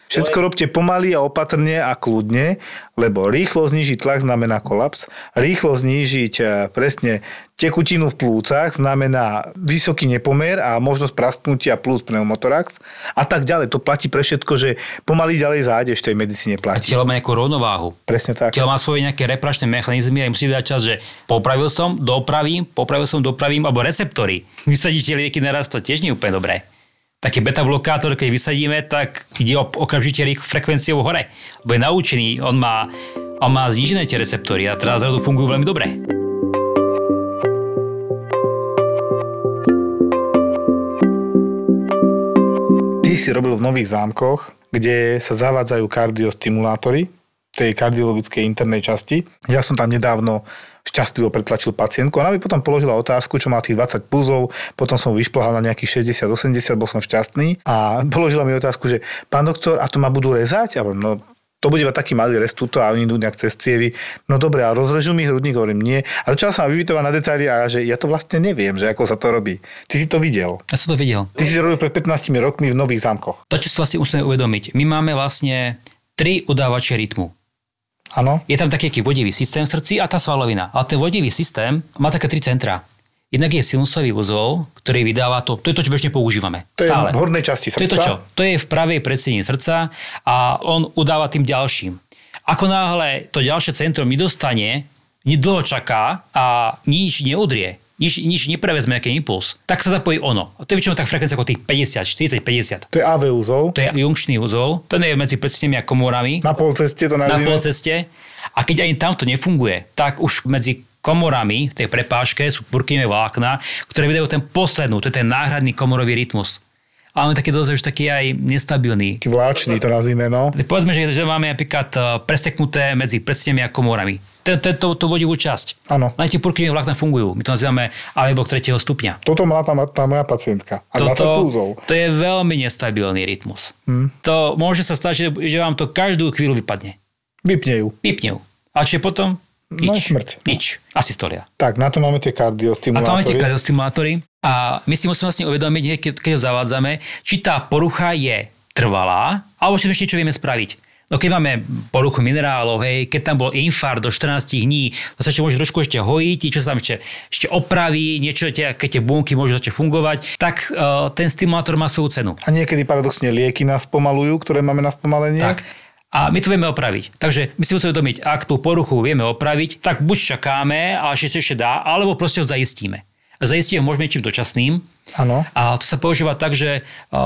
S2: Všetko robte pomaly a opatrne a kľudne, lebo rýchlo znížiť tlak znamená kolaps, rýchlo znížiť presne tekutinu v plúcach znamená vysoký nepomer a možnosť prasknutia plus pneumotorax a tak ďalej. To platí pre všetko, že pomaly ďalej zájdeš v tej medicíne
S3: A
S2: platí.
S3: telo má nejakú rovnováhu.
S2: Presne tak.
S3: Telo má svoje nejaké reparačné mechanizmy a musí dať čas, že popravil som, dopravím, alebo receptory. Vysadíte lieky naraz, to tiež nie je úplne dobré. Taký beta-blokátor, keď vysadíme, tak ide okamžite frekvenciou hore. Lebo je naučený, on má znížené tie receptory a teraz zrazu fungujú veľmi dobre.
S2: Ty si robil v Nových Zámkoch, kde sa zavádzajú kardiostimulátory tej kardiologickej internej časti. Ja som tam nedávno šťastlivo pretlačil pacientku. Ona mi potom položila otázku, čo má tých 20 pulzov, potom som vyšplhal na nejakých 60-80, bol som šťastný a položila mi otázku, že pán doktor, a to ma budú rezať? A no, to bude iba taký malý rez tuto a oni idú nejak cez cievy. No dobre, ale rozrežú mi hrudník, hovorím nie. A začal som ma vypytovať na detaily a že ja to vlastne neviem, že ako sa to robí. Ty si to videl.
S3: Ja som to videl.
S2: Ty si to robil pred 15 rokmi v Nových Zámkoch.
S3: To, čo si vlastne musíme uvedomiť. My máme vlastne 3 udávače rytmu.
S2: Áno.
S3: Je tam taký vodivý systém v srdci a tá svalovina. Ale ten vodivý systém má také 3 centrá. Jednak je sinusový uzol, ktorý vydáva to je to, čo bežne používame.
S2: To
S3: Stále.
S2: je v hornej časti srdca.
S3: To je to čo? To je v pravej predsedine srdca a on udáva tým ďalším. Ako náhle to ďalšie centrum nedostane, nedlho čaká a nič neudrie, nič neprevezme nejaký impuls, tak sa zapojí ono. A to je väčšinou tak frekvencia ako tých 50, 40, 50.
S2: To je AV úzol.
S3: To je junkčný úzol, ten je medzi predsednými a komorami.
S2: Na polceste to
S3: Na
S2: nazvime.
S3: polceste. A keď aj tamto nefunguje, tak už medzi komorami v tej prepážke sú burkinové vlákna, ktoré vydajú ten poslednú, to je ten náhradný komorový rytmus. Ale on je taký dosť už taký aj nestabilný.
S2: Taký vláčný to nazvime, no.
S3: Povedzme, že máme napríklad presteknuté medzi predsedami a komorami. Tú vodivú časť.
S2: Áno.
S3: Len tie burkinové vlákna fungujú. My to nazývame alebo 3. stupňa.
S2: Toto mala tá moja pacientka. A 20 pulzov.
S3: To je veľmi nestabilný rytmus. To môže sa stať, že vám to každú chvíľu vypadne.
S2: Vypne ju.
S3: Vypne ju. A čo je potom?
S2: No
S3: Nič.
S2: smrť.
S3: Nič. Asystolia.
S2: Tak, na to máme tie
S3: A to máme tie
S2: kardiostimulátory.
S3: kardiostimulátory. A my si musíme vlastne uvedomiť, keď ho zavádzame, či tá porucha je trvalá, alebo či ešte niečo vieme spraviť. No keď máme poruchu minerálov, hej, keď tam bol infarkt do 14 dní, to sa ešte môže trošku ešte hojiť, čo sa tam ešte opraví, niečo, keď tie bunky môžu začať fungovať, tak ten stimulátor má svoju cenu.
S2: A niekedy paradoxne lieky nás pomalujú, ktoré máme na spomalenie.
S3: Tak. A my to vieme opraviť. Takže my si musíme uvedomiť, ak tú poruchu vieme opraviť, tak buď čakáme, ale ešte dá, alebo proste ho zaistíme. Zaistíme ho môžeme niečím dočasným.
S2: Áno.
S3: A to sa používa tak, že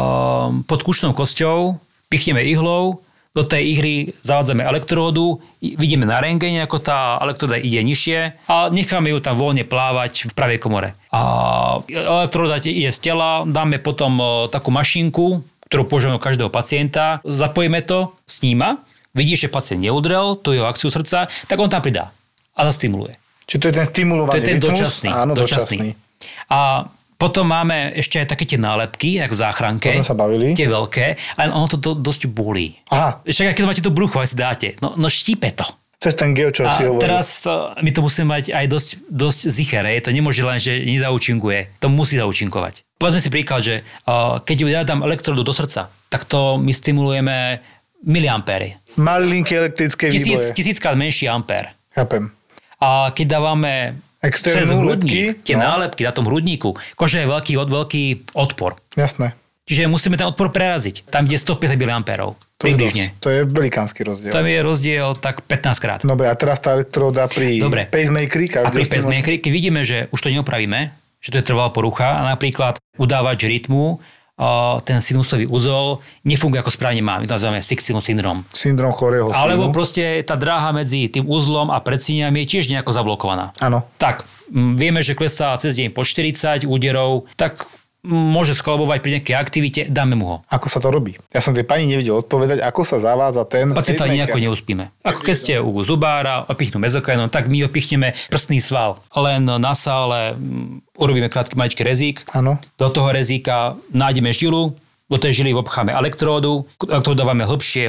S3: pod kučnou kosťou pichneme ihlou, do tej ihly zavádzame elektródu, vidíme na rentgene, ako tá elektróda ide nižšie a necháme ju tam voľne plávať v pravej komore. A elektróda ide z tela, dáme potom takú mašinku, ktorú používame u každého pacienta, zapojíme to, sníma, vidí, že pacient neudrel, tú jeho akciu srdca, tak on tam pridá a zastimuluje.
S2: Čiže to je ten stimulovaný
S3: To je ten
S2: rytmus?
S3: dočasný.
S2: Áno,
S3: dočasný. A potom máme ešte aj také tie nálepky, jak v záchranke.
S2: O tom sa bavili.
S3: Tie veľké, ale ono to dosť bolí.
S2: Aha.
S3: Však keď máte to brucho, aj si dáte, no štípe to.
S2: Cez ten geo, čo si
S3: A
S2: hovoril.
S3: teraz my to musíme mať aj dosť zichere. To nemôže len, že nezaučinkuje. To musí zaučinkovať. Povedzme si príklad, že keď ja dám elektrodu do srdca, tak to my stimulujeme miliampéry.
S2: Malinké elektrické výboje.
S3: Tisíckrát menší ampér.
S2: Chápem.
S3: A keď dávame
S2: Externú
S3: cez hrudník,
S2: lepky,
S3: tie
S2: no.
S3: nálepky na tom hrudníku, koža je veľký odpor.
S2: Jasné.
S3: Čiže musíme ten odpor preraziť. Tam, kde 150 mA. Približne.
S2: To je velikánsky rozdiel.
S3: Tam je rozdiel tak 15 krát.
S2: Dobre, a teraz tá elektróda pri
S3: Dobre.
S2: pacemakeri,
S3: A pri pacemakeri, keď vidíme, že už to neopravíme, že to je trvalá porucha a napríklad udávač rytmu, ten sinusový úzol nefunguje ako správne má. My to nazývame sick sinus syndrom.
S2: syndrom chorého synu.
S3: Alebo proste tá dráha medzi tým úzlom a predsíňami je tiež nejako zablokovaná.
S2: Áno.
S3: Tak, vieme, že klesá cez deň po 40 úderov, tak môže skolabovať pri nejakej aktivite, dáme mu ho.
S2: Ako sa to robí? Ja som tej pani nevedel odpovedať, ako sa zavádza ten
S3: Pacienta
S2: pacemaker.
S3: nejako neuspíme. Ako keď ste u zubára, opichnú mezokainom, tak my opichneme prstný sval. Len na sále urobíme krátky maličký rezík.
S2: Áno.
S3: Do toho rezíka nájdeme žilu, do tej žily obcháme elektródu, ktorú dávame hlbšie,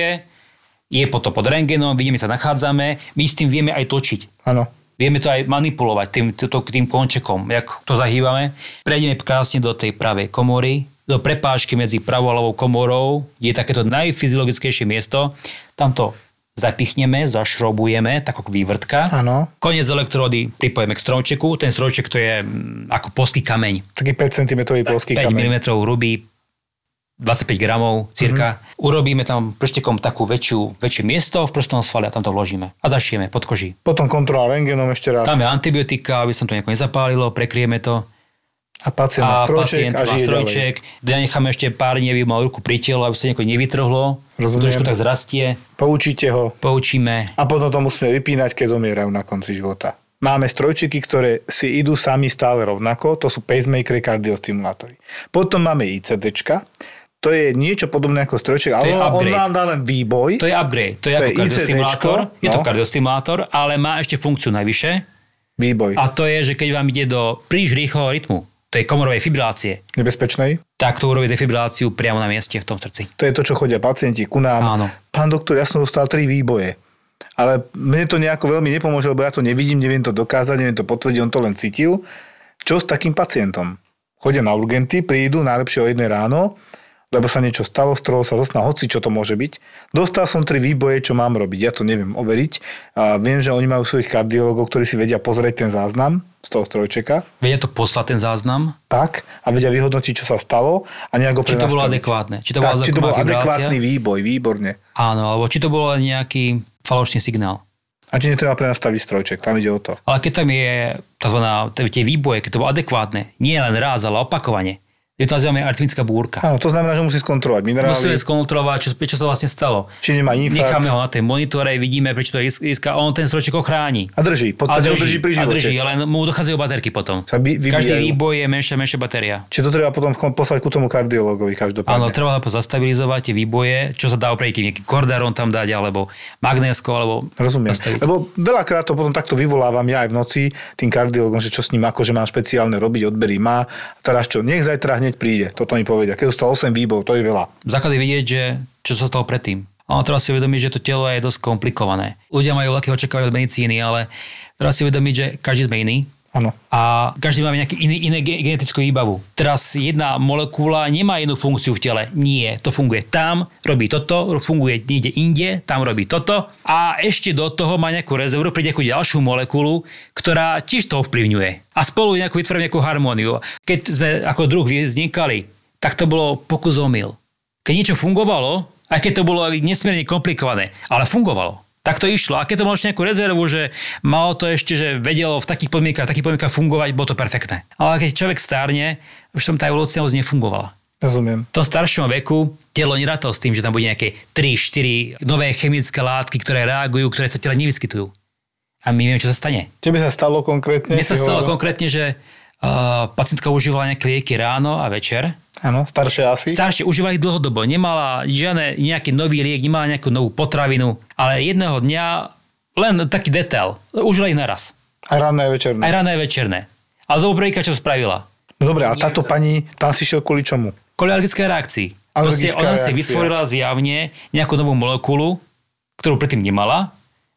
S3: je potom pod rentgenom, vidíme, sa nachádzame, my s tým vieme aj točiť.
S2: Áno.
S3: Vieme to aj manipulovať tým končekom, jak to zahýbame. Prejdeme krásne do tej pravej komory, do prepážky medzi pravou a ľavou komorou, je takéto najfyziologickejšie miesto. Tam to zapichneme, zašrobujeme, tak ako vývrtka.
S2: Áno.
S3: Koniec elektródy pripojeme k stromčeku. Ten stromček to je ako polský kameň.
S2: Taký 5 cm polský
S3: 5
S2: kameň.
S3: mm hrubý, 25 gramov cirka. Urobíme tam prštekom takú väčšie miesto v prstom svale a tam to vložíme. A zašijeme pod koží.
S2: Potom kontrola rentgenom ešte raz.
S3: Tam je antibiotika, aby sa to nejako nezapálilo, prekrieme to.
S2: A pacient má strojček a žije ďalej.
S3: Necháme ešte pár dní, aby mal ruku pri telo, aby sa nejako nevytrhlo.
S2: Rozumiem.
S3: Trošku tak zrastie.
S2: Poučíte ho.
S3: Poučíme.
S2: A potom to musíme vypínať, keď zomierajú na konci života. Máme strojčiky, ktoré si idú sami stále rovnako. To sú pacemakery, kardiostimulátory. Potom máme ICDčka. To je niečo podobné ako strojček, ale on nám dá len výboj.
S3: To je upgrade. To je ako kardiostimulátor. Je to kardiostimulátor, ale má ešte funkciu najvyššie.
S2: Výboj.
S3: A to je, že keď vám ide do príliš rýchleho rytmu, tej komorovej fibrilácie.
S2: Nebezpečnej?
S3: Tak to urobí defibriláciu priamo na mieste v tom srdci.
S2: To je to, čo chodia pacienti ku nám.
S3: Áno.
S2: Pán doktor, ja som dostal 3 výboje. Ale mne to nejako veľmi nepomôže, lebo ja to nevidím, neviem to dokázať, neviem to potvrdiť, on to len cítil. Čo s takým pacientom? Chodia na urgenty, prídu najlepšie o 1 ráno, lebo sa niečo stalo, strolo sa zosná, hoci čo to môže byť. Dostal som 3 výboje, čo mám robiť. Ja to neviem overiť. A viem, že oni majú svojich kardiológov, ktorí si vedia pozrieť ten záznam z toho strojčeka.
S3: Vedia to poslať ten záznam?
S2: Tak. A vedia vyhodnotiť, čo sa stalo a nejak ho
S3: Či to bolo
S2: prenastaviť.
S3: adekvátne. Či
S2: to bol adekvátny výboj, výborne.
S3: Áno, alebo či to bolo nejaký falošný signál.
S2: A či netreba prenastaviť strojček, tam ide o to.
S3: Ale keď tam je tie výboje, keď to bolo adekvátne, nie len raz, ale opakovane, je to nazývame arytmická búrka.
S2: Áno, to znamená, že musí skontrolovať minerály.
S3: Musíme skontrolovať, čo sa vlastne stalo.
S2: Či nemá infarkt.
S3: Necháme ho na tej monitore, vidíme, prečo to iská, on ten strojček ochráni.
S2: A drží, drží pri živote.
S3: A drží, ale mu dochádzajú baterky potom. Každý výboj je menšia batéria.
S2: Čiže to treba potom poslať ku tomu kardiológovi každopádne.
S3: Áno, treba zastabilizovať tie výboje, čo sa dá opraviť, nejaký kordarón tam dať, alebo magnésko, alebo...
S2: Rozumiem.
S3: Nastaviť.
S2: Lebo veľakrát to potom takto vyvolávam ja aj v noci tým kardiologom, že čo s ním akože mám špeciálne robiť, odbery má. A teraz čo, nech zajtra hneď príde. Toto mi povedia. Keď dostal 8 výbov, to je veľa.
S3: Základ je vidieť, že čo sa stalo predtým. Ale treba si uvedomiť, že to telo je dosť komplikované. Ľudia majú veľké očakávania od medicíny, ale treba si uvedomiť, že každý sme iný.
S2: Áno.
S3: A každý máme nejakú iné genetickú výbavu. Teraz jedna molekula nemá jednu funkciu v tele. Nie, to funguje tam, robí toto, funguje niekde inde, tam robí toto. A ešte do toho má nejakú rezervu, príde nejakú ďalšiu molekulu, ktorá tiež to ovplyvňuje. A spolu vytvorí nejakú harmóniu. Keď sme ako druh vznikali, tak to bolo pokus omyl. Keď niečo fungovalo, aj keď to bolo nesmierne komplikované, ale fungovalo. Tak to išlo. A keď to malo ešte nejakú rezervu, že malo to ešte, že vedelo v takých podmienkach fungovať, bolo to perfektné. Ale keď človek stárne, už tam tá evolúcia moc nefungovala.
S2: Rozumiem.
S3: V tom staršom veku telo nerátalo s tým, že tam bude nejaké 3-4 nové chemické látky, ktoré reagujú, ktoré sa tele nevyskytujú. A my vieme, čo sa stane.
S2: Tebe sa stalo konkrétne?
S3: Mne sa stalo konkrétne, že pacientka užívala nejaké lieky ráno a večer.
S2: Áno, staršie asi.
S3: Staršie, užívala ich dlhodobo. Nemala nejaký nový liek, nemala nejakú novú potravinu, ale jedného dňa len taký detail. Užila ich naraz.
S2: Aj ranné, aj večerné.
S3: Aj ranné, aj večerné. Ale to prvýkrát, čo spravila.
S2: No dobre, a táto pani, tam si šiel kvôli čomu?
S3: Kvôli alergickej reakcii. Proste ona si vytvorila zjavne nejakú novú molekulu, ktorú predtým nemala.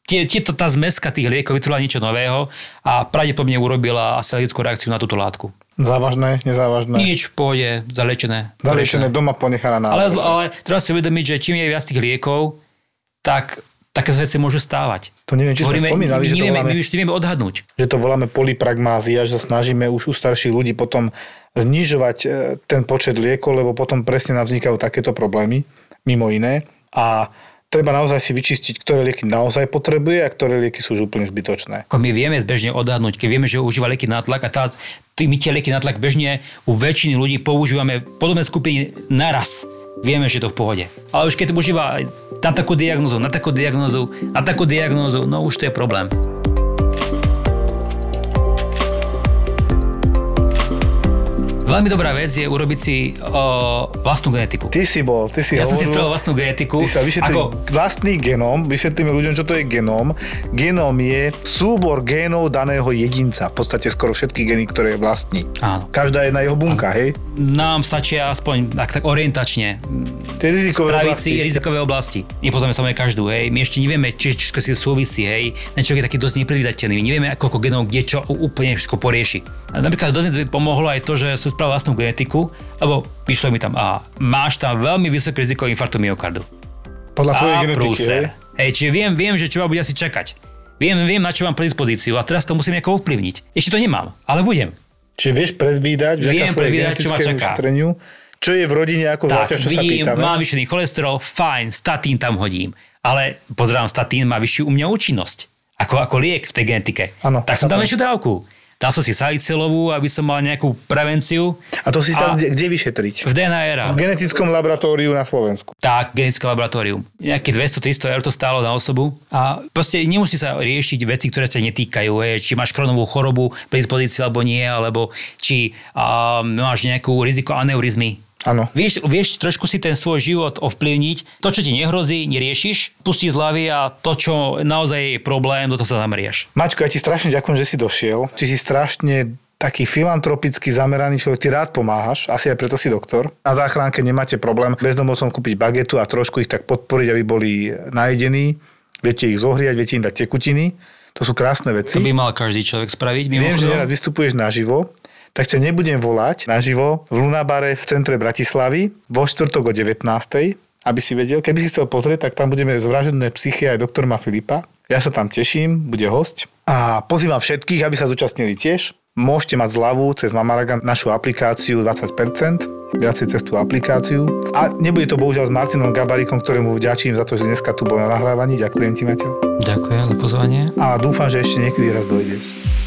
S3: Tá zmeska tých liekov vytvorila niečo nového a pravdepodobne urobila asi alergickú reakciu na túto látku.
S2: Závažné, nezávažné?
S3: Nič, v pohode, zaliečené.
S2: Zaliečené, doma ponechaná na
S3: ale treba si uvedomiť, že čím je viac tých liekov, tak také veci môžu stávať.
S2: To neviem, či sme spomínali, že to voláme...
S3: My už nevieme odhadnúť.
S2: Že to voláme polypragmázia, že sa snažíme už u starších ľudí potom znižovať ten počet liekov, lebo potom presne nám vznikajú takéto problémy, mimo iné. A treba naozaj si vyčistiť, ktoré lieky naozaj potrebuje a ktoré lieky sú už úplne zbytočné.
S3: My vieme bežne odhadnúť, keď vieme, že užíva lieky na tlak a my tie lieky na tlak bežne u väčšiny ľudí používame podobné skupiny naraz. Vieme, že je to v pohode. Ale už keď to užíva na takú diagnózu, no už to je problém. Veľmi dobrá vec je urobiť si vlastnú genetiku.
S2: Ty si
S3: Ja som si spravil vlastnú genetiku.
S2: Ty sa vyšetril vlastný genóm, vysvetlíme ľuďom, čo to je genóm. Genóm je súbor génov daného jedinca. V podstate skoro všetky gény, ktoré vlastní.
S3: Áno.
S2: Každá jedna jeho bunka, hej?
S3: Nám stačia aspoň tak orientačne
S2: tie
S3: spraviť si rizikové oblasti. Nepoznáme samozrejme každú, hej. My ešte nevieme, či si súvisí, hej. Ten človek je taký dosť nepredvídateľný. My nevieme, koľko genov kde čo úplne všetko porieši. A napríklad dodnes pomohlo aj to, že sú tvoju vlastnú genetiku, lebo vyšlo mi tam, máš tam veľmi vysoké riziko infarktu myokardu.
S2: Podľa tvojej genetiky, hej?
S3: Hej, čiže viem, že čo ma bude asi čakať. Viem, na čo mám predispozíciu a teraz to musím nejako ovplyvniť. Ešte to nemám, ale budem.
S2: Čiže vieš predvídať, vďaka svojej genetickému šetreniu, čo je v rodine ako záťaž, čo
S3: vidím,
S2: sa pýtame.
S3: mám vyššený cholesterol, fajn, statín tam hodím. Ale pozerám, statín má vyššiu u mňa účinnosť. Ako liek v tej genetike.
S2: Ano,
S3: tak som tam väčšiu dávku. Dal som si salicylovú, aby som mal nejakú prevenciu.
S2: A to si tam kde vyšetriť?
S3: V DNAR.
S2: V genetickom laboratóriu na Slovensku.
S3: Tak, genetické laboratórium. Nejaké 200-300 eur to stálo na osobu. A proste nemusí sa riešiť veci, ktoré sa netýkajú. Či máš chronovú chorobu, predispozíciu alebo nie, alebo či máš nejakú riziko aneurizmy.
S2: Áno.
S3: Vieš trošku si ten svoj život ovplyvniť. To, čo ti nehrozí, neriešiš, pustí z hlavy a to, čo naozaj je problém, do toho sa zameriaš.
S2: Maťko, ja ti strašne ďakujem, že si došiel. Ty si strašne taký filantropicky zameraný človek, ty rád pomáhaš, asi aj preto si doktor. Na záchránke nemáte problém bezdomovcom kúpiť bagetu a trošku ich tak podporiť, aby boli najedení. Viete ich zohriať, viete im dať tekutiny. To sú krásne veci.
S3: To by mal každý človek spraviť.
S2: Viem, že neraz vystupuješ naživo, tak ťa nebudem volať naživo v Lunabare v centre Bratislavy vo štvrtok o 19. aby si vedel. Keby si chcel pozrieť, tak tam budeme z Vražedné psychy aj doktor Filipa. Ja sa tam teším, bude hosť. A pozývam všetkých, aby sa zúčastnili tiež. Môžete mať zľavu cez Mamaragan našu aplikáciu 20%, viacej cez tú aplikáciu. A nebude to bohužiaľ s Martinom Gabaríkom, ktorému vďačím za to, že dneska tu bol na nahrávaní. Ďakujem ti, Maťo.
S3: Ďakujem za pozvanie.
S2: A dúfam, že ešte niekedy raz dojdeš.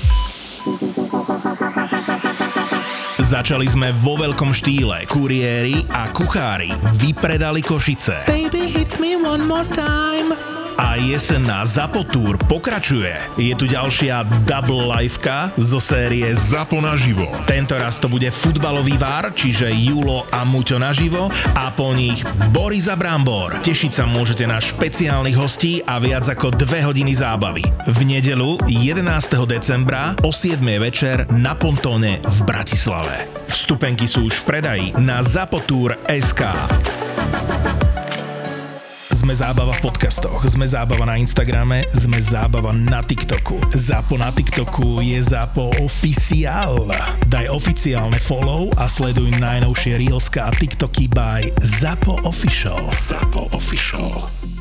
S4: Začali sme vo veľkom štýle. Kuriéri a kuchári vypredali Košice. Baby, hit me one more time. A jesenná Zapo Tour pokračuje. Je tu ďalšia double liveka zo série Zapo naživo. Tento raz to bude futbalový vár, čiže Julo a Muťo naživo a po nich Boris a Brambor. Tešiť sa môžete na špeciálnych hostí a viac ako 2 hodiny zábavy. V nedeľu 11. decembra o 7. večer na Pontóne v Bratislave. Vstupenky sú už v predaji na zapotour.sk. Sme zábava v podcastoch, sme zábava na Instagrame, sme zábava na TikToku. Zapo na TikToku je Zapo Oficiál. Daj oficiálne follow a sleduj najnovšie reelska a TikToky by Zapo Official. Zapo Official.